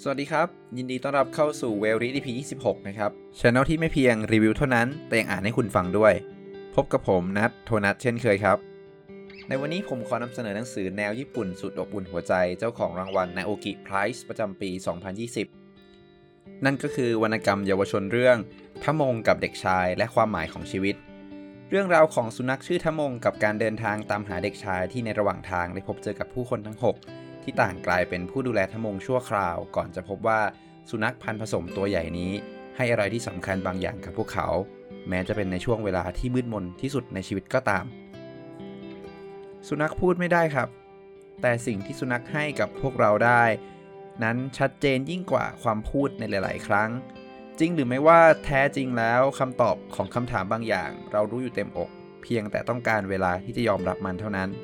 วัสดีครับยินดีต้อนรับเข้าสู่เวลรี EP 26นะครับ Channel ที่ไม่เพียงรีวิวเท่านั้นแต่ยังอ่านให้คุณฟังด้วยพบกับผมนัทโทนัทเช่นเคยครับในวันนี้ผมขอนำเสนอหนังสือแนวญี่ปุ่นสุดอบอุ่นหัวใจเจ้าของรางวัล Naoki Prize ประจำปี 2020 นั่นก็คือวรรณกรรมเยาวชนเรื่องทะมงกับเด็กชายและความหมายของชีวิตเรื่องราวของสุนัขชื่อทะมงกับการเดินทางตามหาเด็กชายที่ในระหว่างทางได้พบเจอกับผู้คนทั้ง6ที่ต่างกลายเป็นผู้ดูแลทะมงชั่วคราวก่อนจะพบว่าสุนัขพันธุ์ผสมตัวใหญ่นี้ให้อะไรที่สำคัญบางอย่างกับพวกเขาแม้จะเป็นในช่วงเวลาที่มืดมนที่สุดในชีวิตก็ตามสุนัขพูดไม่ได้ครับแต่สิ่งที่สุนัขให้กับพวกเราได้นั้นชัดเจนยิ่งกว่าความพูดในหลายๆครั้งจริงหรือไม่ว่าแท้จริงแล้วคำตอบของคำถามบางอย่างเรารู้อยู่เต็มอกเพียงแต่ต้องการเวลาที่จะยอมรับมันเท่านั้น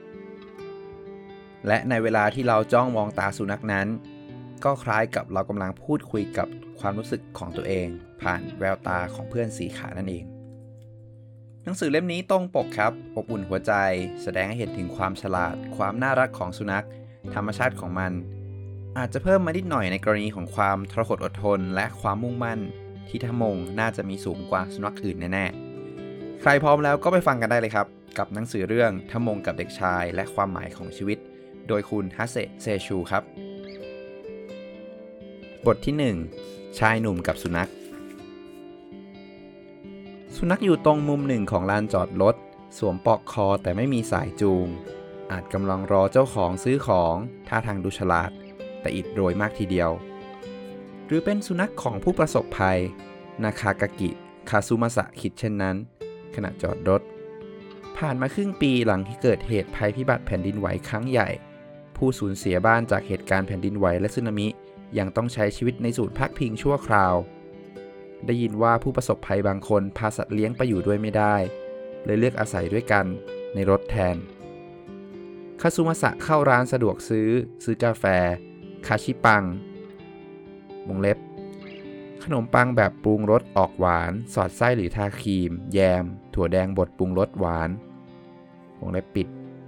และในเวลาที่เราจ้องมองตาสุนัขนั้นก็คล้ายกับเรากำลังพูดคุยกับความรู้สึกของตัวเองผ่านแววตาของเพื่อนสีขานั่นเองหนังสือเล่มนี้ตรงปกครับอบอุ่นหัวใจแสดงให้เห็นถึงความฉลาดความน่ารักของสุนัขธรรมชาติของมันอาจจะเพิ่มมานิดหน่อยในกรณีของความทรหดอดทนและความมุ่งมั่นที่ทะมงน่าจะมีสูงกว่าสุนัขอื่นแน่ๆใครพร้อมแล้วก็ไปฟังกันได้เลยครับกับหนังสือเรื่องทะมงกับเด็กชายและความหมายของชีวิตโดยคุณฮัสเซเซชูครับบทที่1ชายหนุ่มกับสุนัขอยู่ตรงมุมหนึ่งของลานจอดรถสวมปลอกคอแต่ไม่มีสายจูงอาจกำลังรอเจ้าของซื้อของท่าทางดูฉลาดแต่อิดโรยมากทีเดียวหรือเป็นสุนัขของผู้ประสบภัยนาคากากิคาซุมาสะคิดเช่นนั้นขณะจอดรถผ่านมาครึ่งปีหลังที่เกิดเหตุภัยพิบัติแผ่นดินไหวครั้งใหญ่ผู้สูญเสียบ้านจากเหตุการณ์แผ่นดินไหวและสึนามิยังต้องใช้ชีวิตในศูนย์พักพิงชั่วคราวได้ยินว่าผู้ประสบภัยบางคนพาสัตว์เลี้ยงไปอยู่ด้วยไม่ได้เลยเลือกอาศัยด้วยกันในรถแทนคาซุมาสะเข้าร้านสะดวกซื้อกาแฟคาชิปังวงเล็บขนมปังแบบปรุงรสออกหวานสอดไส้หรือทาครีมแยมถั่วแดงบดปรุงรสหวานวงเล็บปิด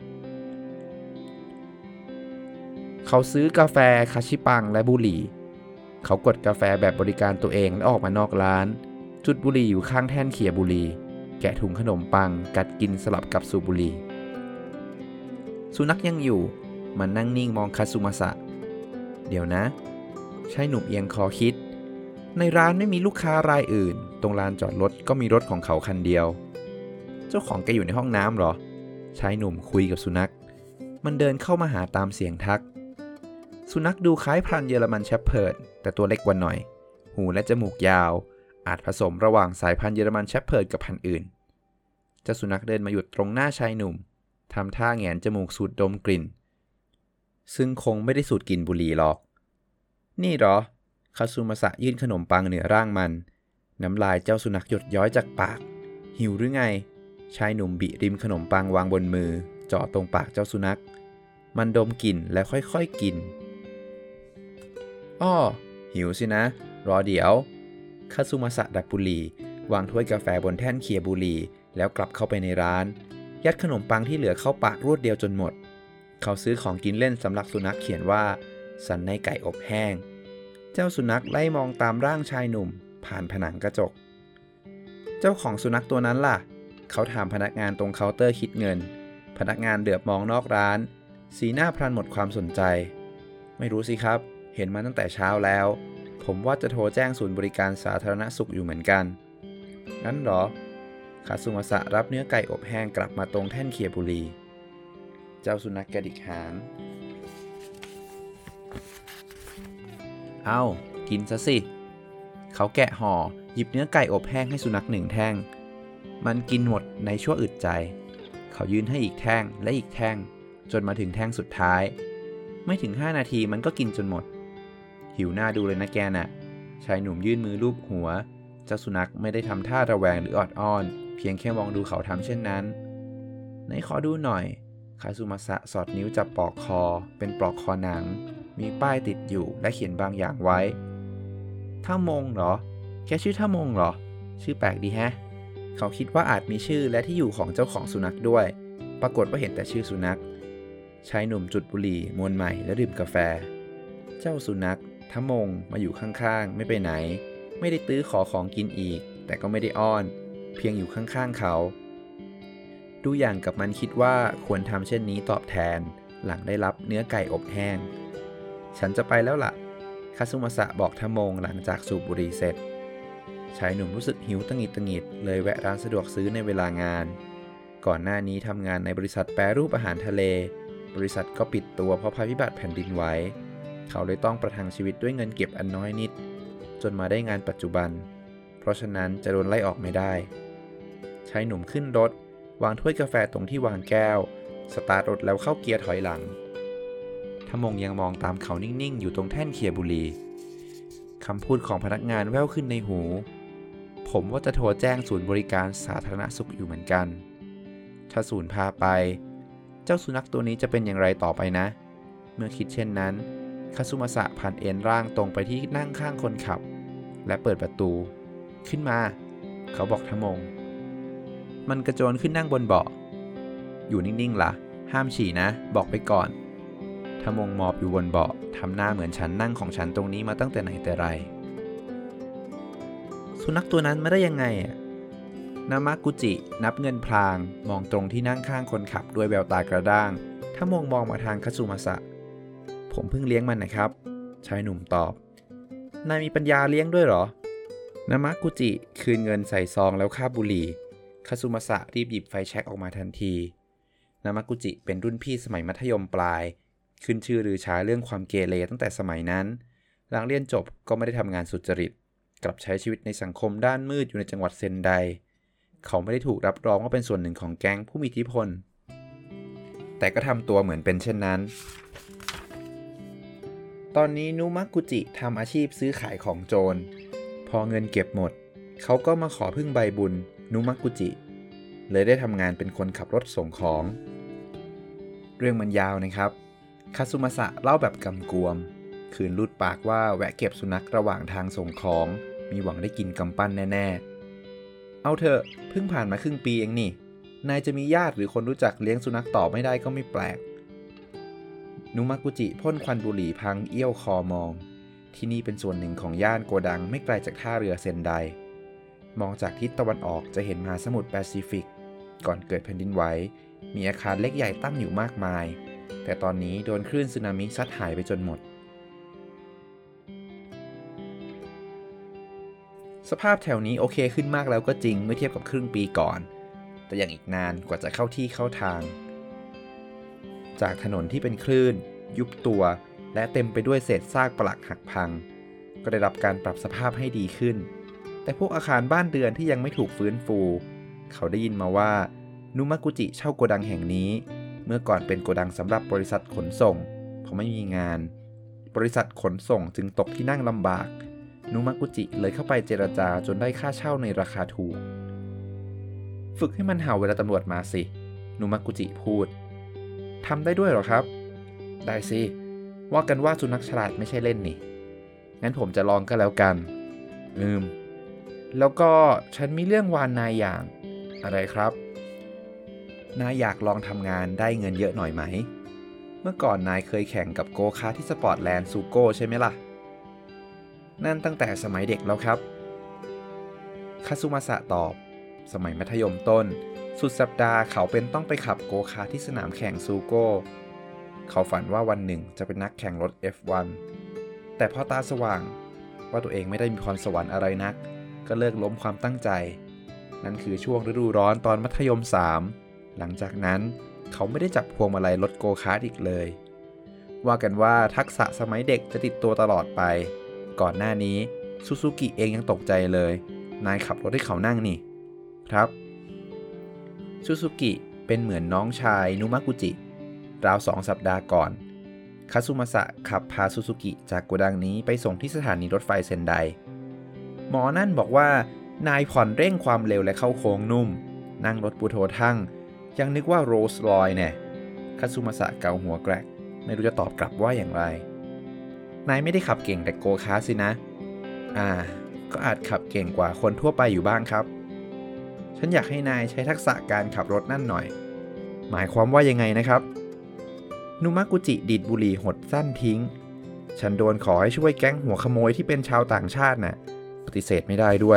เขาซื้อกาแฟคาชิปังและบุหรี่เขากดกาแฟแบบบริการตัวเองและออกมานอกร้านจุดบุหรี่อยู่ข้างแท่นเขี่ยบุหรี่แกะถุงขนมปังกัดกินสลับกับสูบบุหรี่สุนัขยังอยู่มันนั่งนิ่งมองคาซุมาสะเดี๋ยวนะชายหนุ่มเอียงคอคิดในร้านไม่มีลูกค้ารายอื่นตรงลานจอดรถก็มีรถของเขาคันเดียวเจ้าของแกอยู่ในห้องน้ำเหรอชายหนุ่มคุยกับสุนัขมันเดินเข้ามาหาตามเสียงทักสุนัขดูคล้ายพันธุ์เยอรมันแชปเพิร์ดแต่ตัวเล็กกว่าหน่อยหูและจมูกยาวอาจผสมระหว่างสายพันธุ์เยอรมันแชปเพิร์ดกับพันธุ์อื่นเจ้าสุนัขเดินมาหยุดตรงหน้าชายหนุ่มทำท่าแหงนจมูกสูดดมกลิ่นซึ่งคงไม่ได้สูดกลิ่นบุหรี่หรอกนี่เหรอคาซุมาสะยื่นขนมปังเหนือร่างมันน้ำลายเจ้าสุนัขหยดย้อยจากปากหิวหรือไงชายหนุ่มบิริมขนมปังวางบนมือจ่อตรงปากเจ้าสุนัขมันดมกลิ่นแล้วค่อยๆกินอ้อหิวสินะรอเดี๋ยวคาซุมาสะดับบุหรี่วางถ้วยกาแฟบนแท่นเคียบุหรี่แล้วกลับเข้าไปในร้านยัดขนมปังที่เหลือเข้าปากรวดเดียวจนหมดเขาซื้อของกินเล่นสำหรับสุนัขเขียนว่าสันในไก่อบแห้งเจ้าสุนัขไล่มองตามร่างชายหนุ่มผ่านผนังกระจกเจ้าของสุนัขตัวนั้นล่ะเขาถามพนักงานตรงเคาน์เตอร์คิดเงินพนักงานเหลือบมองนอกร้านสีหน้าพลันหมดความสนใจไม่รู้สิครับเห็นมาตั้งแต่เช้าแล้วผมว่าจะโทรแจ้งศูนย์บริการสาธารณสุขอยู่เหมือนกันงั้นเหรอคาซุมาสะรับเนื้อไก่อบแห้งกลับมาตรงแท่นเคียบุหรี่เจ้าสุนัขกระดิกหางเอากินซะสิเขาแกะห่อหยิบเนื้อไก่อบแห้งให้สุนัข1 แท่งมันกินหมดในชั่วอึดใจเขายื่นให้อีกแท่งและอีกแท่งจนมาถึงแท่งสุดท้ายไม่ถึง5 นาทีมันก็กินจนหมดหิวหน้าดูเลยนะแกน่ะชายหนุ่มยื่นมือลูบหัวเจ้าสุนัขไม่ได้ทำท่าระแวงหรือออดอ้อนเพียงแค่มองดูเขาทำเช่นนั้นไหนขอดูหน่อยคาซุมาสะสอดนิ้วจับปลอกคอเป็นปลอกคอหนังมีป้ายติดอยู่และเขียนบางอย่างไว้ท่ามงเหรอแกชื่อท่ามงเหรอชื่อแปลกดีแฮะเขาคิดว่าอาจมีชื่อและที่อยู่ของเจ้าของสุนัขด้วยปรากฏว่าเห็นแต่ชื่อสุนัขชายหนุ่มจุดบุหรี่มวนใหม่และดื่มกาแฟเจ้าสุนัขทมงมาอยู่ข้างๆไม่ไปไหนไม่ได้ตื้อขอของกินอีกแต่ก็ไม่ได้อ้อนเพียงอยู่ข้างๆเขาดูอย่างกับมันคิดว่าควรทำเช่นนี้ตอบแทนหลังได้รับเนื้อไก่อบแห้งฉันจะไปแล้วล่ะคาซุมาสะบอกทมงหลังจากสูบบุหรี่เสร็จชายหนุ่มรู้สึกหิวตังหิดเลยแวะร้านสะดวกซื้อในเวลางานก่อนหน้านี้ทำงานในบริษัทแปรรูปอาหารทะเลบริษัทก็ปิดตัวเพราะภัยพิบัติแผ่นดินไหวเขาเลยต้องประทังชีวิตด้วยเงินเก็บอันน้อยนิดจนมาได้งานปัจจุบันเพราะฉะนั้นจะโดนไล่ออกไม่ได้ชายหนุ่มขึ้นรถวางถ้วยกาแฟตรงที่วางแก้วสตาร์ทรถแล้วเข้าเกียร์ถอยหลังทมงยังมองตามเขานิ่งๆอยู่ตรงแท่นเคียบุรีคำพูดของพนักงานแว่วขึ้นในหูผมว่าจะโทรแจ้งศูนย์บริการสาธารณสุขอยู่เหมือนกันถ้าศูนย์พาไปเจ้าสุนัขตัวนี้จะเป็นอย่างไรต่อไปนะเมื่อคิดเช่นนั้นคาซุมาสะผ่านเอนร่างตรงไปที่นั่งข้างคนขับและเปิดประตูขึ้นมาเขาบอกทมงมันกระโจนขึ้นนั่งบนเบาะอยู่นิ่งๆล่ะห้ามฉี่นะบอกไปก่อนทมงหมอบอยู่บนเบาะทำหน้าเหมือนฉันนั่งของฉันตรงนี้มาตั้งแต่ไหนแต่ไรสุนัขตัวนั้นไม่ได้ยังไงนามากุจินับเงินพลางมองตรงที่นั่งข้างคนขับด้วยแววตากระด้างทมงมองมาทางคาซุมาสะผมเพิ่งเลี้ยงมันนะครับชายหนุ่มตอบนายมีปัญญาเลี้ยงด้วยเหรอนามากุจิคืนเงินใส่ซองแล้วคาบบุหรี่คาซุมาสะรีบหยิบไฟแช็กออกมาทันทีนามากุจิเป็นรุ่นพี่สมัยมัธยมปลายขึ้นชื่อลือชาเรื่องความเกเรตั้งแต่สมัยนั้นหลังเรียนจบก็ไม่ได้ทำงานสุจริตกลับใช้ชีวิตในสังคมด้านมืดอยู่ในจังหวัดเซนไดเขาไม่ได้ถูกรับรองว่าเป็นส่วนหนึ่งของแก๊งผู้มีอิทธิพลแต่ก็ทำตัวเหมือนเป็นเช่นนั้นตอนนี้นุมะกุจิทำอาชีพซื้อขายของโจรพอเงินเก็บหมดเขาก็มาขอพึ่งใบบุญนุมะกุจิเลยได้ทำงานเป็นคนขับรถส่งของเรื่องมันยาวนะครับคาซุมาสะเล่าแบบกำกวมคืนลุดปากว่าแวะเก็บสุนัขระหว่างทางส่งของมีหวังได้กินกำปั้นแน่ๆเอาเถอะเพิ่งผ่านมาครึ่งปีเองนี่นายจะมีญาติหรือคนรู้จักเลี้ยงสุนัขต่อไม่ได้ก็ไม่แปลกนุมากุจิพ่นควันบุหรี่พังเอี้ยวคอมองที่นี่เป็นส่วนหนึ่งของย่านโกดังไม่ไกลจากท่าเรือเซนไดมองจากทิศตะวันออกจะเห็นมหาสมุทรแปซิฟิกก่อนเกิดแผ่นดินไหวมีอาคารเล็กใหญ่ตั้งอยู่มากมายแต่ตอนนี้โดนคลื่นสึนามิซัดหายไปจนหมดสภาพแถวนี้โอเคขึ้นมากแล้วก็จริงเมื่อเทียบกับครึ่งปีก่อนแต่ยังอีกนานกว่าจะเข้าที่เข้าทางจากถนนที่เป็นคลื่นยุบตัวและเต็มไปด้วยเศษซากปรักหักพังก็ได้รับการปรับสภาพให้ดีขึ้นแต่พวกอาคารบ้านเรือนที่ยังไม่ถูกฟื้นฟูเขาได้ยินมาว่านุมากุจิเช่าโกดังแห่งนี้เมื่อก่อนเป็นโกดังสำหรับบริษัทขนส่งพอไม่มีงานบริษัทขนส่งจึงตกที่นั่งลำบากนุมากุจิเลยเข้าไปเจรจาจนได้ค่าเช่าในราคาถูกฝึกให้มันเห่าเวลาตำรวจมาสินุมากุจิพูดทำได้ด้วยเหรอครับได้สิว่ากันว่าสุนัขฉลาดไม่ใช่เล่นนี่งั้นผมจะลองก็แล้วกันแล้วก็ฉันมีเรื่องวานนายอย่างอะไรครับนายอยากลองทำงานได้เงินเยอะหน่อยไหมเมื่อก่อนนายเคยแข่งกับโกคาร์ทที่สปอร์ตแลนด์ซูโก้ใช่ไหมล่ะนั่นตั้งแต่สมัยเด็กแล้วครับคาซุมาสะตอบสมัยมัธยมต้นสุดสัปดาห์เขาเป็นต้องไปขับโกคาร์ทที่สนามแข่งซูโก้เขาฝันว่าวันหนึ่งจะเป็นนักแข่งรถ F1 แต่พอตาสว่างว่าตัวเองไม่ได้มีพรสวรรค์อะไรนักก็เลิกล้มความตั้งใจนั่นคือช่วงฤดูร้อนตอนมัธยม3หลังจากนั้นเขาไม่ได้จับพวงมาลัยรถโกคาร์ทอีกเลยว่ากันว่าทักษะสมัยเด็กจะติดตัวตลอดไปก่อนหน้านี้ซูซูกิเองยังตกใจเลยนายขับรถให้เขานั่งนี่ครับซูซูกิเป็นเหมือนน้องชายนุมากุจิราว2 สัปดาห์ก่อนคาซุมาสะขับพาซูซูกิจากโกดังนี้ไปส่งที่สถานีรถไฟเซนไดหมอนั่นบอกว่านายผ่อนเร่งความเร็วและเข้าโค้งนุ่มนั่งรถปูโททั่งยังนึกว่าโรลส์รอยซ์แน่คาซุมาสะเกาหัวแกรกไม่รู้จะตอบกลับว่าอย่างไรนายไม่ได้ขับเก่งแต่โกคาร์ทสินะก็อาจขับเก่งกว่าคนทั่วไปอยู่บ้างครับฉันอยากให้นายใช้ทักษะการขับรถนั่นหน่อยหมายความว่ายังไงนะครับนุมากุจิดีดบุหรี่หดสั้นทิ้งฉันโดนขอให้ช่วยแก๊งหัวขโมยที่เป็นชาวต่างชาติน่ะปฏิเสธไม่ได้ด้วย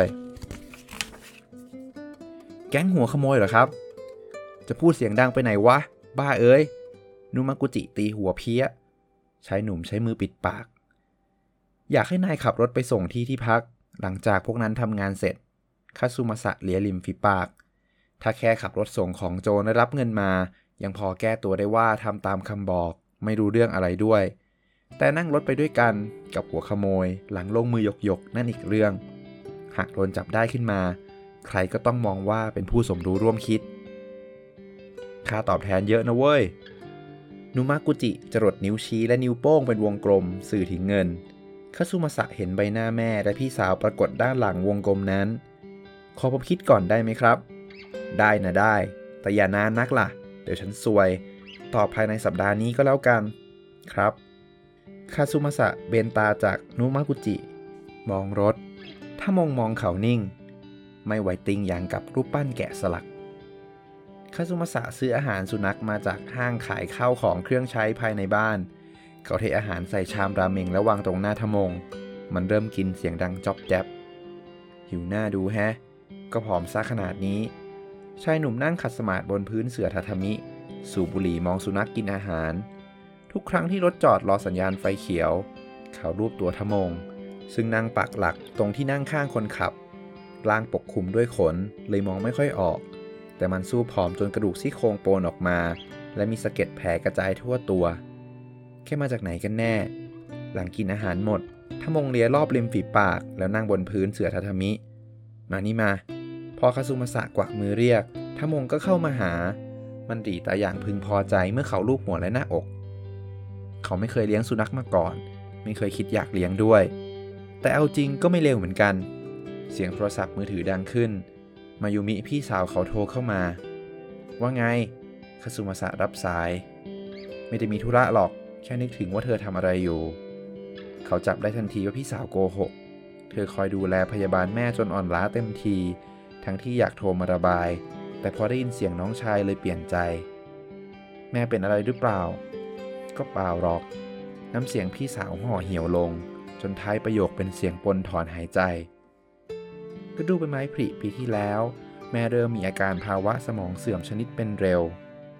แก๊งหัวขโมยเหรอครับจะพูดเสียงดังไปไหนวะบ้าเอ้ยนุมากุจิตีหัวเพี้ยชายหนุ่มใช้มือปิดปากอยากให้นายขับรถไปส่งที่พักหลังจากพวกนั้นทำงานเสร็จคาซุมาสะเลียริมฝีปากถ้าแค่ขับรถส่งของโจรและรับเงินมายังพอแก้ตัวได้ว่าทำตามคำบอกไม่รู้เรื่องอะไรด้วยแต่นั่งรถไปด้วยกันกับหัวขโมยหลังลงมือหยกนั่นอีกเรื่องหากโดนจับได้ขึ้นมาใครก็ต้องมองว่าเป็นผู้สมรู้ร่วมคิดค่าตอบแทนเยอะนะเว้ยนุมากุจิจรดนิ้วชี้และนิ้วโป้งเป็นวงกลมสื่อถึงเงินคาซุมาสะเห็นใบหน้าแม่และพี่สาวปรากฏด้านหลังวงกลมนั้นขอผมคิดก่อนได้ไหมครับได้นะได้แต่อย่านานนักล่ะเดี๋ยวฉันซวยตอบภายในสัปดาห์นี้ก็แล้วกันครับคาซุมาสะเบนตาจากนุมากุจิมองรถถ้ามองเขานิ่งไม่ไหวติงอย่างกับรูปปั้นแกะสลักคาซุมาสะซื้ออาหารสุนัขมาจากห้างขายข้าวของเครื่องใช้ภายในบ้านเขาเทอาหารใส่ชามราเมงแล้ววางตรงหน้าทมงมันเริ่มกินเสียงดังจ๊อบแจ๊บหิวหน้าดูแฮะก็ผอมซะขนาดนี้ชายหนุ่มนั่งขัดสมาธิบนพื้นเสื่อทาทามิสูบบุหรี่มองสุนัขกินอาหารทุกครั้งที่รถจอดรอสัญญาณไฟเขียวเขารูปตัวทมงซึ่งนั่งปักหลักตรงที่นั่งข้างคนขับร่างปกคลุมด้วยขนเลยมองไม่ค่อยออกแต่มันสู้ผอมจนกระดูกซี่โครงโปนออกมาและมีสะเก็ดแผลกระจายทั่วตัวแค่มาจากไหนกันแน่หลังกินอาหารหมดทมงเลียรอบริมฝีปากแล้วนั่งบนพื้นเสื่อทาทามิมานี่มาพอคาซุมาสะกวักมือเรียกทมงก็เข้ามาหามันดีตาอย่างพึงพอใจเมื่อเขาลูบหัวและหน้าอกเขาไม่เคยเลี้ยงสุนัขมาก่อนไม่เคยคิดอยากเลี้ยงด้วยแต่เอาจริงก็ไม่เลวเหมือนกันเสียงโทรศัพท์มือถือดังขึ้นมายุมิพี่สาวเขาโทรเข้ามาว่าไงคาซุมาสะรับสายไม่ได้มีธุระหรอกแค่นึกถึงว่าเธอทำอะไรอยู่เขาจับได้ทันทีว่าพี่สาวโกหกเธอคอยดูแลพยาบาลแม่จนอ่อนล้าเต็มทีทั้งที่อยากโทรมาระบายแต่พอได้ยินเสียงน้องชายเลยเปลี่ยนใจแม่เป็นอะไรหรือเปล่าก็เปล่าหรอกน้ำเสียงพี่สาวห่อเหี่ยวลงจนท้ายประโยคเป็นเสียงปนถอนหายใจฤดูใบไม้ผลิปีที่แล้วแม่เริ่มมีอาการภาวะสมองเสื่อมชนิดเป็นเร็ว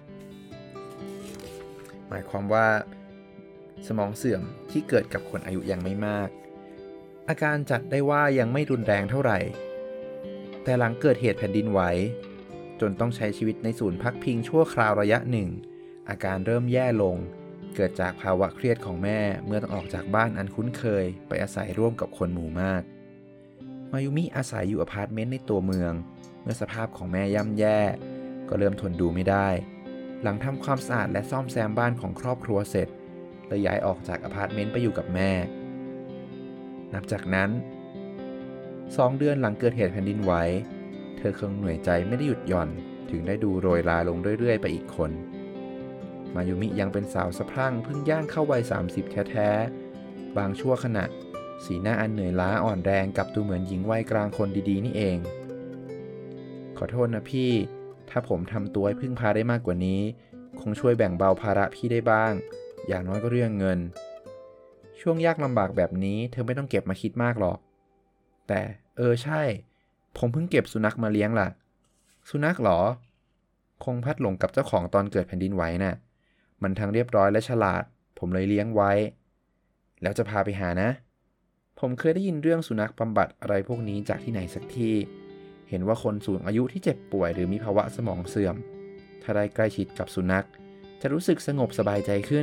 หมายความว่าสมองเสื่อมที่เกิดกับคนอายุยังไม่มากอาการจัดได้ว่ายังไม่รุนแรงเท่าไหร่แต่หลังเกิดเหตุแผ่นดินไหวจนต้องใช้ชีวิตในศูนย์พักพิงชั่วคราวระยะหนึ่งอาการเริ่มแย่ลงเกิดจากภาวะเครียดของแม่เมื่อต้องออกจากบ้านอันคุ้นเคยไปอาศัยร่วมกับคนหมู่มากมายุมิอาศัยอยู่อพาร์ตเมนต์ในตัวเมืองเมื่อสภาพของแม่ย่ำแย่ก็เริ่มทนดูไม่ได้หลังทำความสะอาดและซ่อมแซมบ้านของครอบครัวเสร็จเลยย้ายออกจากอพาร์ตเมนต์ไปอยู่กับแม่นับจากนั้น2 เดือนหลังเกิดเหตุแผ่นดินไหวเธอคงเหนื่อยใจไม่ได้หยุดหย่อนถึงได้ดูโรยลาลงเรื่อยๆไปอีกคนมายุมิยังเป็นสาวสะพรั่งเพิ่งย่างเข้าวัย30แท้ๆบางชั่วขณะสีหน้าอันเหนื่อยล้าอ่อนแรงกลับดูเหมือนหญิงวัยกลางคนดีๆนี่เองขอโทษนะพี่ถ้าผมทำตัวให้พึ่งพาได้มากกว่านี้คงช่วยแบ่งเบาภาระพี่ได้บ้างอย่างน้อยก็เรื่องเงินช่วงยากลำบากแบบนี้เธอไม่ต้องเก็บมาคิดมากหรอกแต่ใช่ผมเพิ่งเก็บสุนัขมาเลี้ยงล่ะสุนัขหรอคงพัดหลงกับเจ้าของตอนเกิดแผ่นดินไหวน่ะมันทั้งเรียบร้อยและฉลาดผมเลยเลี้ยงไว้แล้วจะพาไปหานะผมเคยได้ยินเรื่องสุนัขบำบัดอะไรพวกนี้จากที่ไหนสักที่เห็นว่าคนสูงอายุที่เจ็บป่วยหรือมีภาวะสมองเสื่อมถ้าได้ใกล้ชิดกับสุนัขจะรู้สึกสงบสบายใจขึ้น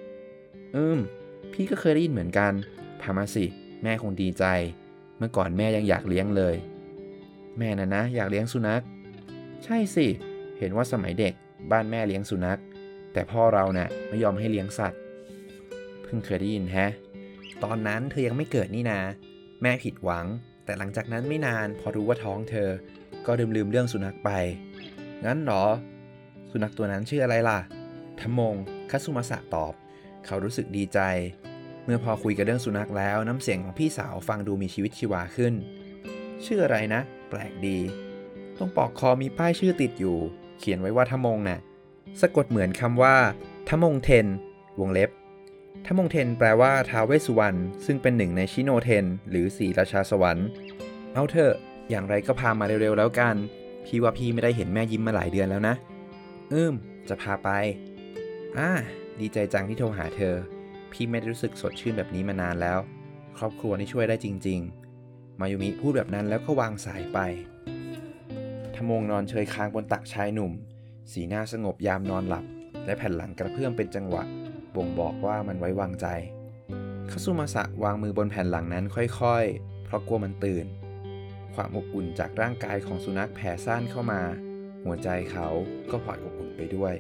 พี่ก็เคยได้ยินเหมือนกันพามาสิแม่คงดีใจเมื่อก่อนแม่ยังอยากเลี้ยงเลยแม่นะอยากเลี้ยงสุนัขใช่สิเห็นว่าสมัยเด็กบ้านแม่เลี้ยงสุนัขแต่พ่อเราน่ะไม่ยอมให้เลี้ยงสัตว์เพิ่งเคยได้ยินแฮะตอนนั้นเธอยังไม่เกิดนี่นะแม่ผิดหวังแต่หลังจากนั้นไม่นานพอรู้ว่าท้องเธอก็ลืมเรื่องสุนัขไปงั้นหรอสุนัขตัวนั้นชื่ออะไรล่ะทมงคาซุมาสะตอบเขารู้สึกดีใจเมื่อพอคุยกันเรื่องสุนัขแล้วน้ำเสียงของพี่สาวฟังดูมีชีวิตชีวาขึ้นชื่ออะไรนะแปลกดีตรงปลอกคอมีป้ายชื่อติดอยู่เขียนไว้ว่าทมงน่ะสะกดเหมือนคำว่าทมงเทนวงเล็บทมงเทนแปลว่าท้าวเวสสุวรรณซึ่งเป็นหนึ่งในชิโนเทนหรือสีราชาสวรรค์เอาเถอะอย่างไรก็พามาเร็วๆแล้วกันพี่ว่าพี่ไม่ได้เห็นแม่ยิ้มมาหลายเดือนแล้วนะจะพาไปดีใจจังที่โทรหาเธอพี่ไม่ได้รู้สึกสดชื่นแบบนี้มานานแล้วครอบครัวนี่ช่วยได้จริงๆมายุมิพูดแบบนั้นแล้วก็วางสายไปทมงนอนเฉยค้างบนตักชายหนุ่มสีหน้าสงบยามนอนหลับและแผ่นหลังกระเพื่อมเป็นจังหวะบ่งบอกว่ามันไว้วางใจคาซุมาสะวางมือบนแผ่นหลังนั้นค่อยๆเพราะกลัวมันตื่นความอบอุ่นจากร่างกายของสุนัขแผ่ซ่านเข้ามาหัวใจเขาก็พลอยอบอุ่นไปด้วย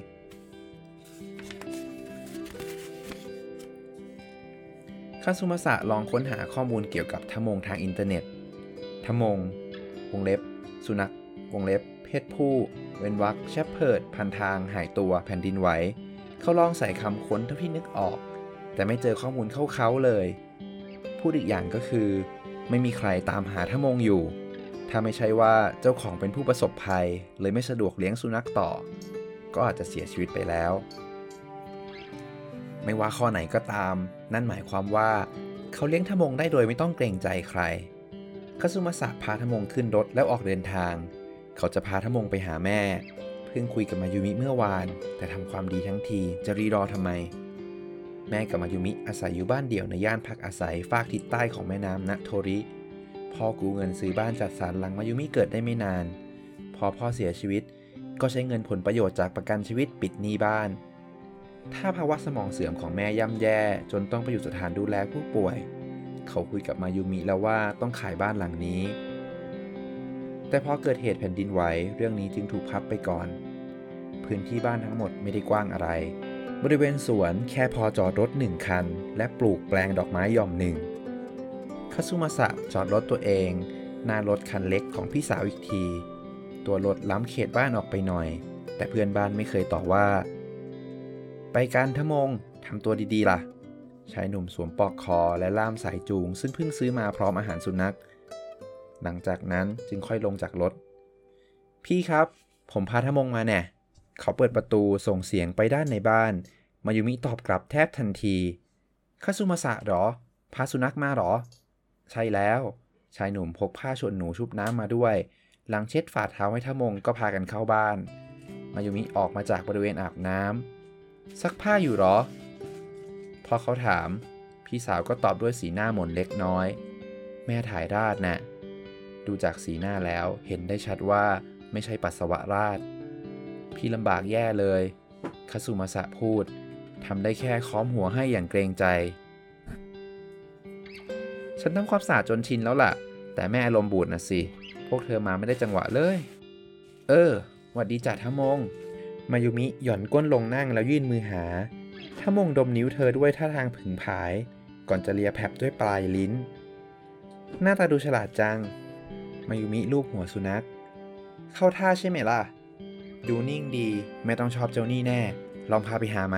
คาซุมาสะลองค้นหาข้อมูลเกี่ยวกับทมงทางอินเทอร์เน็ตทมงวงเล็บสุนัขวงเล็บเพศผู้เว้นวรรคแชปเพิร์ดพันทางหายตัวแผ่นดินไหวเขาลองใส่คำค้นเท่าที่นึกออกแต่ไม่เจอข้อมูลเข้าเลยพูดอีกอย่างก็คือไม่มีใครตามหาทมงอยู่ถ้าไม่ใช่ว่าเจ้าของเป็นผู้ประสบภัยเลยไม่สะดวกเลี้ยงสุนัขต่อก็อาจจะเสียชีวิตไปแล้วไม่ว่าข้อไหนก็ตามนั่นหมายความว่าเขาเลี้ยงทมงได้โดยไม่ต้องเกรงใจใครคาซุมาสะพาทมงขึ้นรถแล้วออกเดินทางเขาจะพาทมงไปหาแม่เพิ่งคุยกับมายุมิเมื่อวานแต่ทำความดีทั้งทีจะรีรอทำไมแม่กับมายุมิอาศัยอยู่บ้านเดี่ยวในย่านพักอาศัยฝากทิศใต้ของแม่น้ำนะโทริพ่อกู้เงินซื้อบ้านจัดสรรหลังมายุมิเกิดได้ไม่นานพอพ่อเสียชีวิตก็ใช้เงินผลประโยชน์จากประกันชีวิตปิดหนี้บ้านถ้าภาวะสมองเสื่อมของแม่ย่ำแย่จนต้องไปอยู่สถานดูแลผู้ป่วยเขาคุยกับมายุมิแล้วว่าต้องขายบ้านหลังนี้แต่พอเกิดเหตุแผ่นดินไหวเรื่องนี้จึงถูกพับไปก่อนพื้นที่บ้านทั้งหมดไม่ได้กว้างอะไรบริเวณสวนแค่พอจอดรถ1 คันและปลูกแปลงดอกไม้หย่อมหนึ่งคาซุมาสะจอดรถตัวเองหน้ารถคันเล็กของพี่สาวอีกทีตัวรถล้ำเขตบ้านออกไปหน่อยแต่เพื่อนบ้านไม่เคยต่อว่าไปกันทมงทำตัวดีๆล่ะชายหนุ่มสวมปลอกคอและล่ามสายจูงซึ่งเพิ่งซื้อมาพร้อมอาหารสุนัขหลังจากนั้นจึงค่อยลงจากรถพี่ครับผมพาทมงมาแน่เขาเปิดประตูส่งเสียงไปด้านในบ้านมายุมิตอบกลับแทบทันทีคาซุมาสะหรอพาสุนัขมาหรอใช่แล้วชายหนุ่มพกผ้าชนหนูชุบน้ำมาด้วยหลังเช็ดฝ่าเท้าให้ทมงก็พากันเข้าบ้านมายุมิออกมาจากบริเวณอาบน้ำซักผ้าอยู่หรอพอเขาถามพี่สาวก็ตอบด้วยสีหน้าหม่นเล็กน้อยแม่ถ่ายราดน่ะดูจากสีหน้าแล้วเห็นได้ชัดว่าไม่ใช่ปัสสาวะราดพี่ลำบากแย่เลยคาซุมาสะพูดทำได้แค่ค้อมหัวให้อย่างเกรงใจฉันทำความสะอาดจนชินแล้วล่ะแต่แม่อารมณ์บูดนะสิพวกเธอมาไม่ได้จังหวะเลยหวัดดีจ่าทมงมายุมิหย่อนก้นลงนั่งแล้วยื่นมือหาทมงดมนิ้วเธอด้วยท่าทางผึ่งผายก่อนจะเลียแผลบด้วยปลายลิ้นหน้าตาดูฉลาดจังมายุมิลูบหัวสุนัขเข้าท่าใช่ไหมล่ะดูนิ่งดีไม่ต้องชอบเจ้านี่แน่ลองพาไปหาไหม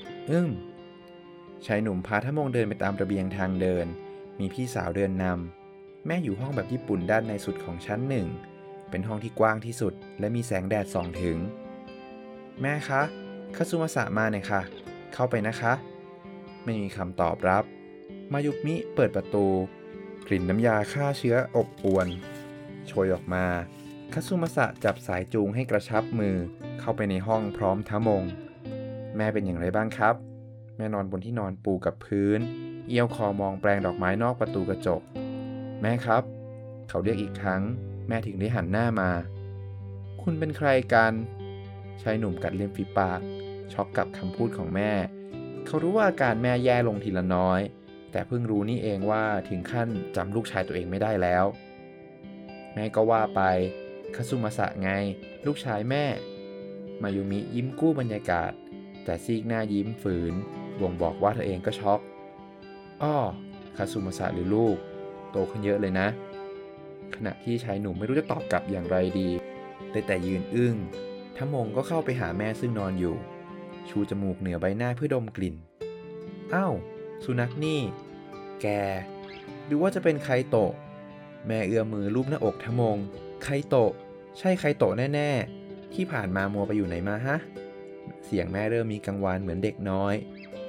ชายหนุ่มพาทมงเดินไปตามระเบียงทางเดินมีพี่สาวเดินนำแม่อยู่ห้องแบบญี่ปุ่นด้านในสุดของชั้น1เป็นห้องที่กว้างที่สุดและมีแสงแดดส่องถึงแม่คะคาซุมาสะมาหน่อยค่ะเข้าไปนะคะไม่มีคำตอบรับมายุมิเปิดประตูกลิ่นน้ำยาฆ่าเชื้ออบอวนโชยออกมาคาซุมาสะจับสายจูงให้กระชับมือเข้าไปในห้องพร้อมทมงแม่เป็นอย่างไรบ้างครับแม่นอนบนที่นอนปูกับพื้นเอี้ยวคอมองแปลงดอกไม้นอกประตูกระจกแม่ครับเขาเรียกอีกครั้งแม่ถึงได้หันหน้ามาคุณเป็นใครกันชายหนุ่มกัดริมฝีปากช็อกกับคำพูดของแม่เขารู้ว่าอาการแม่แย่ลงทีละน้อยแต่เพิ่งรู้นี่เองว่าถึงขั้นจำลูกชายตัวเองไม่ได้แล้วแม่ก็ว่าไปคาซุมาสะไงลูกชายแม่มายุมิยิ้มกู้บรรยากาศแต่ซีกหน้ายิ้มฝืนบ่งบอกว่าเธอเองก็ช็อกคาซุมาสะหรือลูกโตขึ้นเยอะเลยนะขณะที่ชายหนุ่มไม่รู้จะตอบกลับอย่างไรดีแต่ยืนอึ้งทมงก็เข้าไปหาแม่ซึ่งนอนอยู่ชูจมูกเหนือใบหน้าเพื่อดมกลิ่นสุนัขนี่แกหรือว่าจะเป็นไคโตะแม่เอื้อมมือลูบหน้าอกทมงไคโตะใช่ไคโตะแน่ๆที่ผ่านมามัวไปอยู่ไหนมาฮะเสียงแม่เริ่มมีกังวานเหมือนเด็กน้อย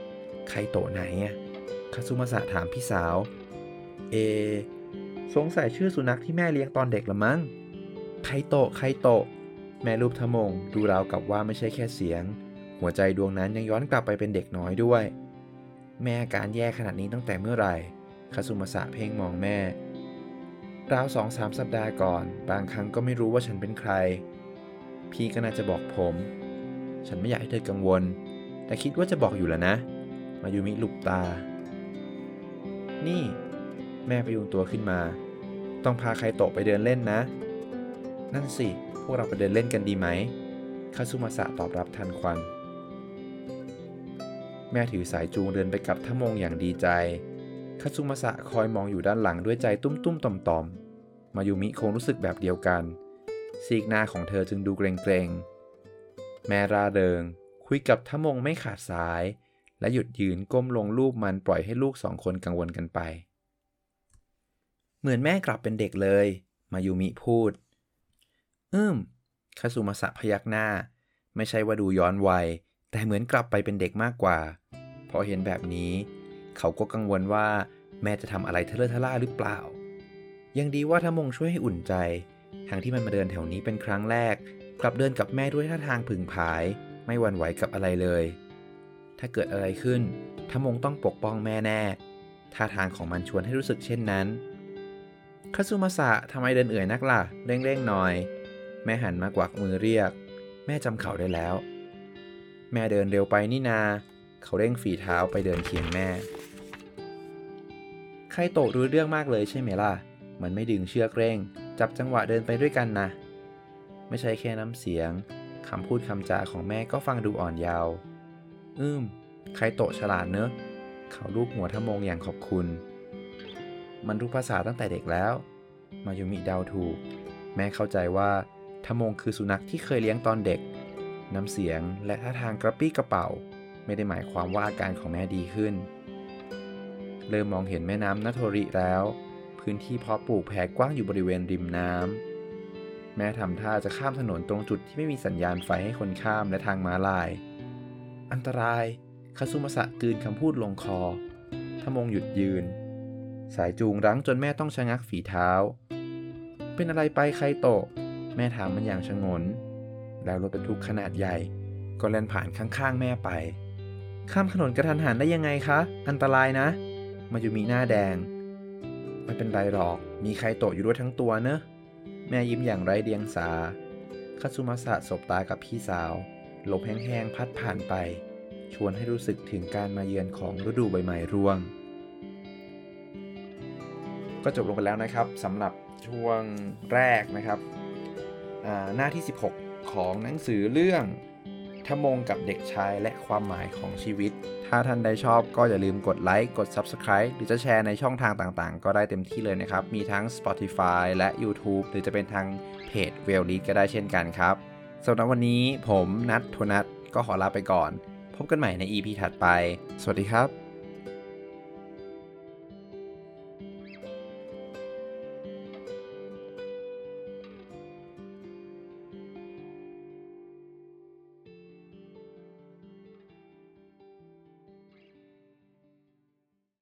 ไคโตะไหนอะคาซุมาสะถามพี่สาวเอสงสัยชื่อสุนัขที่แม่เลี้ยงตอนเด็กละมั้งไคโตะไคโตะแม่รูปทมงดูราวกับว่าไม่ใช่แค่เสียงหัวใจดวงนั้นยังย้อนกลับไปเป็นเด็กน้อยด้วยแม่อาการแย่ขนาดนี้ตั้งแต่เมื่อไหร่คาซุมาสะเพ่งมองแม่ราว2-3 สัปดาห์ก่อนบางครั้งก็ไม่รู้ว่าฉันเป็นใครพี่ก็น่าจะบอกผมฉันไม่อยากให้เธอกังวลแต่คิดว่าจะบอกอยู่แล้วนะมายูมิหลุบตานี่แม่พยุงตัวขึ้นมาต้องพาไคโตะไปเดินเล่นนะนั่นสิพวกเราไปเดินเล่นกันดีไหมคาซุมาสะตอบรับทันควันแม่ถือสายจูงเดินไปกับทมงอย่างดีใจคาซุมาสะคอยมองอยู่ด้านหลังด้วยใจตุ้มๆต่อมๆมายูมิคงรู้สึกแบบเดียวกันซีกหน้าของเธอจึงดูเกรงๆแม่ร่าเริงคุยกับทมงไม่ขาดสายและหยุดยืนก้มลงลูบมันปล่อยให้ลูก2 คนกังวลกันไปเหมือนแม่กลับเป็นเด็กเลยมายูมิพูดคาซุมาสะพยักหน้าไม่ใช่ว่าดูย้อนวัยแต่เหมือนกลับไปเป็นเด็กมากกว่าพอเห็นแบบนี้เขาก็กังวลว่าแม่จะทำอะไรทะเลอะทะล่าหรือเปล่ายังดีว่าทมงช่วยให้อุ่นใจทั้งที่มันมาเดินแถวนี้เป็นครั้งแรกกลับเดินกับแม่ด้วยท่าทางผึ่งผายไม่หวั่นไหวกับอะไรเลยถ้าเกิดอะไรขึ้นทมงต้องปกป้องแม่แน่ท่าทางของมันชวนให้รู้สึกเช่นนั้นคาซุมาสะทำไมเดินเอื่อยนักล่ะเร่งๆหน่อยแม่หันมากวักมือเรียกแม่จำเขาได้แล้วแม่เดินเร็วไปนี่นาเขาเร่งฝีเท้าไปเดินเคียงแม่ไคโตะรู้เรื่องมากเลยใช่ไหมล่ะมันไม่ดึงเชือกเร่งจับจังหวะเดินไปด้วยกันนะไม่ใช่แค่น้ำเสียงคำพูดคำจาของแม่ก็ฟังดูอ่อนเยาว์ไคโตะฉลาดเนอะเขาลูบหัวทมงอย่างขอบคุณมันรู้ภาษาตั้งแต่เด็กแล้วมายูมิเดาถูกแม่เข้าใจว่าทมงคือสุนัขที่เคยเลี้ยงตอนเด็กน้ำเสียงและท่าทางกระปี้กระเป๋าไม่ได้หมายความว่าอาการของแม่ดีขึ้นเริ่มมองเห็นแม่น้ำนัทโทริแล้วพื้นที่เพาะปลูกแผ่กว้างอยู่บริเวณริมน้ำแม่ทำท่าจะข้ามถนนตรงจุดที่ไม่มีสัญญาณไฟให้คนข้ามและทางม้าลายอันตรายคาซุมาสะกลืนคำพูดลงคอทมงหยุดยืนสายจูงรั้งจนแม่ต้องชะงักฝีเท้าเป็นอะไรไปไคโตะแม่ถามมันอย่างชงนแล้วรถบรรทุกขนาดใหญ่ก็แล่นผ่านข้างๆแม่ไปข้ามถนนกระทันหันได้ยังไงคะอันตรายนะมายูมิหน้าแดงไม่เป็นไรหรอกมีไคโตะอยู่ด้วยทั้งตัวเนอะแม่ยิ้มอย่างไร้เดียงสาคาซุมาสะสบตากับพี่สาวลมแห้งๆพัดผ่านไปชวนให้รู้สึกถึงการมาเยือนของฤดูใบไม้ร่วงก็จบลงไปแล้วนะครับสำหรับช่วงแรกนะครับหน้าที่16ของหนังสือเรื่องทมงกับเด็กชายและความหมายของชีวิตถ้าท่านใดชอบก็อย่าลืมกดไลค์กด Subscribe หรือจะแชร์ในช่องทางต่างๆก็ได้เต็มที่เลยนะครับมีทั้ง Spotify และ YouTube หรือจะเป็นทางเพจ Wellread ก็ได้เช่นกันครับสำหรับวันนี้ผมนัทโทนัทก็ขอลาไปก่อนพบกันใหม่ใน EP ถัดไปสวัสดีครับ